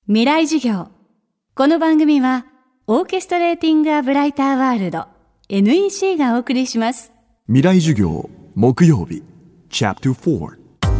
未来授業。この番組はオーケストレーティングアブライターワールド NEC がお送りします。 未来授業木曜日チャプター4。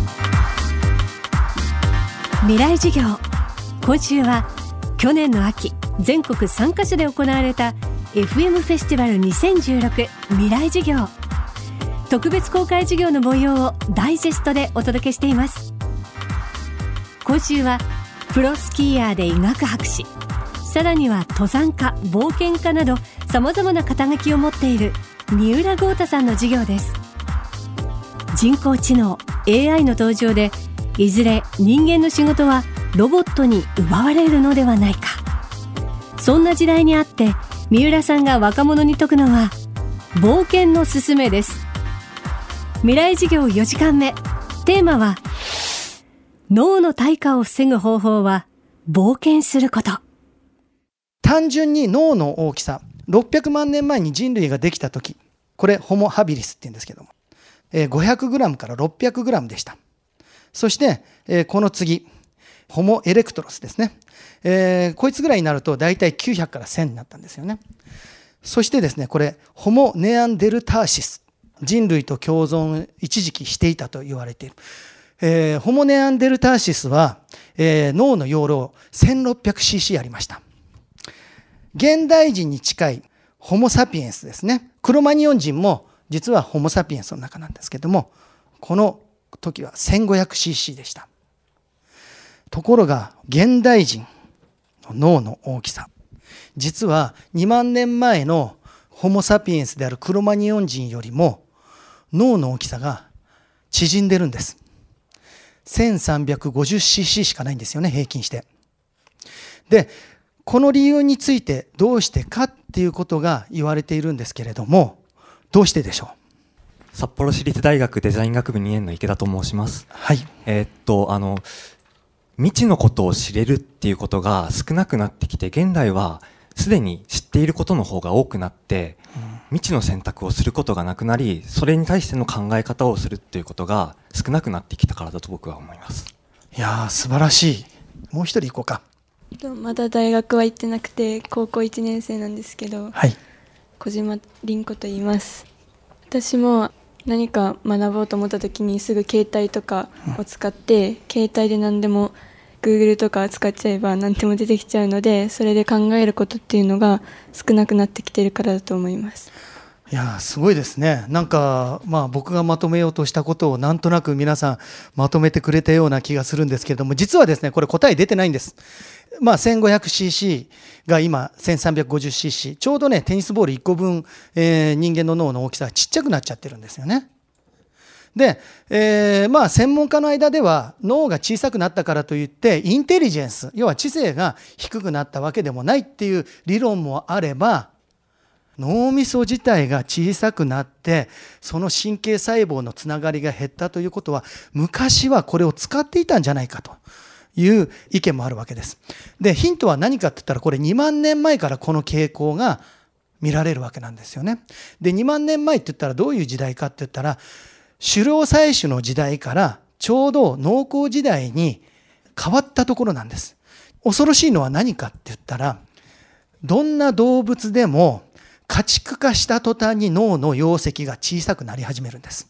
未来授業。今週は去年の秋全国3カ所で行われた FM フェスティバル2016未来授業特別公開授業の模様をダイジェストでお届けしています。今週はプロスキーヤーで医学博士、さらには登山家、冒険家など様々な肩書きを持っている三浦豪太さんの授業です。人工知能 AI の登場でいずれ人間の仕事はロボットに奪われるのではないか。そんな時代にあって三浦さんが若者に説くのは冒険のすすめです。未来授業4時間目、テーマは脳の退化を防ぐ方法は冒険すること。 単純に脳の大きさ、600万年前に人類ができた時、これホモハビリスって言うんですけども、500g から 600g でした。そして、この次ホモエレクトロスですね、こいつぐらいになるとだいたい900から1000になったんですよね。そしてですね、これホモネアンデルターシス、人類と共存一時期していたと言われている。ホモネアンデルターシスは、脳の容量 1600cc ありました。現代人に近いホモサピエンスですね。クロマニオン人も実はホモサピエンスの中なんですけども、この時は 1500cc でした。ところが現代人の脳の大きさ、実は2万年前のホモサピエンスであるクロマニオン人よりも脳の大きさが縮んでるんです。1350cc しかないんですよね、平均して。で、この理由についてどうしてかっていうことが言われているんですけれども、どうしてでしょう。 札幌市立大学デザイン学部2年の池田と申します。 はい。 未知のことを知れるっていうことが少なくなってきて、現代はすでに知っていることの方が多くなって、未知の選択をすることがなくなり、それに対しての考え方をするっていうことが少なくなってきたからだと僕は思います。 いやー、素晴らしい。もう一人行こうか。 まだ大学は行ってなくて高校1年生なんですけど、 はい、 小島凛子と言います。私も何か学ぼうと思った時にすぐ携帯とかを使って、携帯で何でも Google とか使っちゃえば何でも出てきちゃうので、それで考えることっていうのが少なくなってきてるからだと思います。 いやすごいですね。なんか、僕がまとめようとしたことをなんとなく皆さんまとめてくれたような気がするんですけれども、実はですね、これ答え出てないんです。1500cc が今 1350cc、 ちょうどねテニスボール1個分、人間の脳の大きさがちっちゃくなっちゃってるんですよね。で、専門家の間では脳が小さくなったからといってインテリジェンス、要は知性が低くなったわけでもないっていう理論もあれば、脳みそ自体が小さくなってその神経細胞のつながりが減ったということは、昔はこれを使っていたんじゃないかという意見もあるわけです。で、ヒントは何かって言ったら、これ2万年前からこの傾向が見られるわけなんですよね。で、2万年前って言ったらどういう時代かって言ったら、狩猟採取の時代からちょうど農耕時代に変わったところなんです。恐ろしいのは何かって言ったら、どんな動物でも家畜化した途端に脳の容積が小さくなり始めるんです。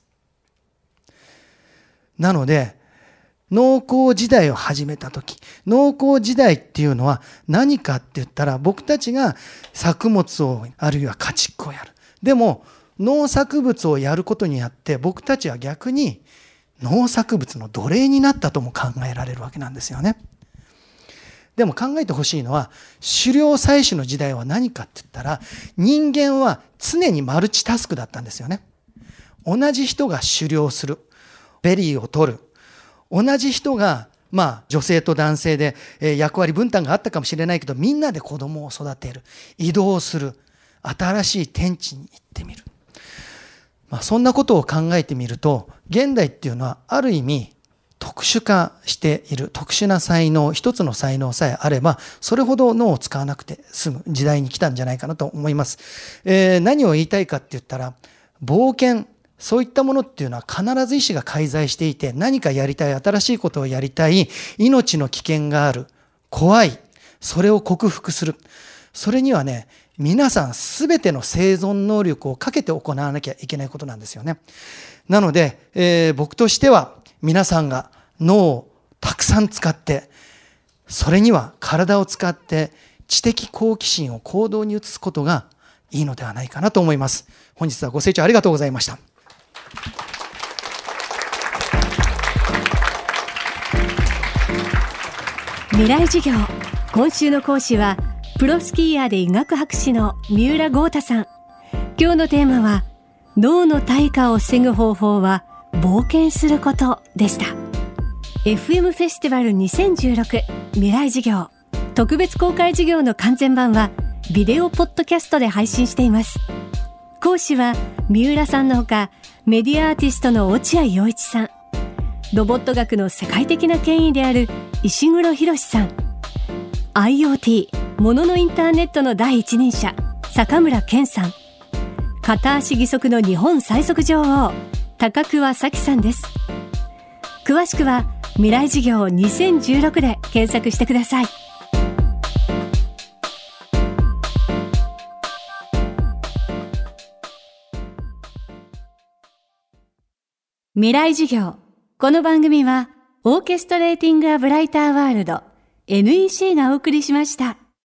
なので農耕時代を始めた時、農耕時代っていうのは何かって言ったら、僕たちが作物をあるいは家畜をやる。でも農作物をやることによって僕たちは逆に農作物の奴隷になったとも考えられるわけなんですよね。でも考えてほしいのは、狩猟採取の時代は何かって言ったら、人間は常にマルチタスクだったんですよね。同じ人が狩猟する、ベリーを取る、同じ人が女性と男性で役割分担があったかもしれないけど、みんなで子供を育てる、移動する、新しい天地に行ってみる、そんなことを考えてみると、現代っていうのはある意味特殊化している、特殊な才能、一つの才能さえあればそれほど脳を使わなくて済む時代に来たんじゃないかなと思います。何を言いたいかって言ったら、冒険、そういったものっていうのは必ず意志が介在していて、何かやりたい、新しいことをやりたい、命の危険がある、 怖い、それを克服する。それにはね、皆さんすべての生存能力をかけて行わなきゃいけないことなんですよね。なので、僕としては皆さんが脳をたくさん使って、それには体を使って知的好奇心を行動に移すことがいいのではないかなと思います。本日はご清聴ありがとうございました。 未来授業、今週の講師はプロスキーヤーで医学博士の三浦豪太さん。今日のテーマは脳の退化を防ぐ方法は冒険することでした。 FM フェスティバル2016未来授業特別公開授業の完全版はビデオポッドキャストで配信しています。講師は三浦さんのほか、メディアアーティストの落合陽一さん、ロボット学の世界的な権威である石黒博さん、 IoT もののインターネットの第一人者坂村健さん、片足義足の日本最速女王高桑早紀さんです。詳しくは未来授業2016で検索してください。未来授業、この番組はオーケストレーティング・ア・ブライター・ワールド NEC がお送りしました。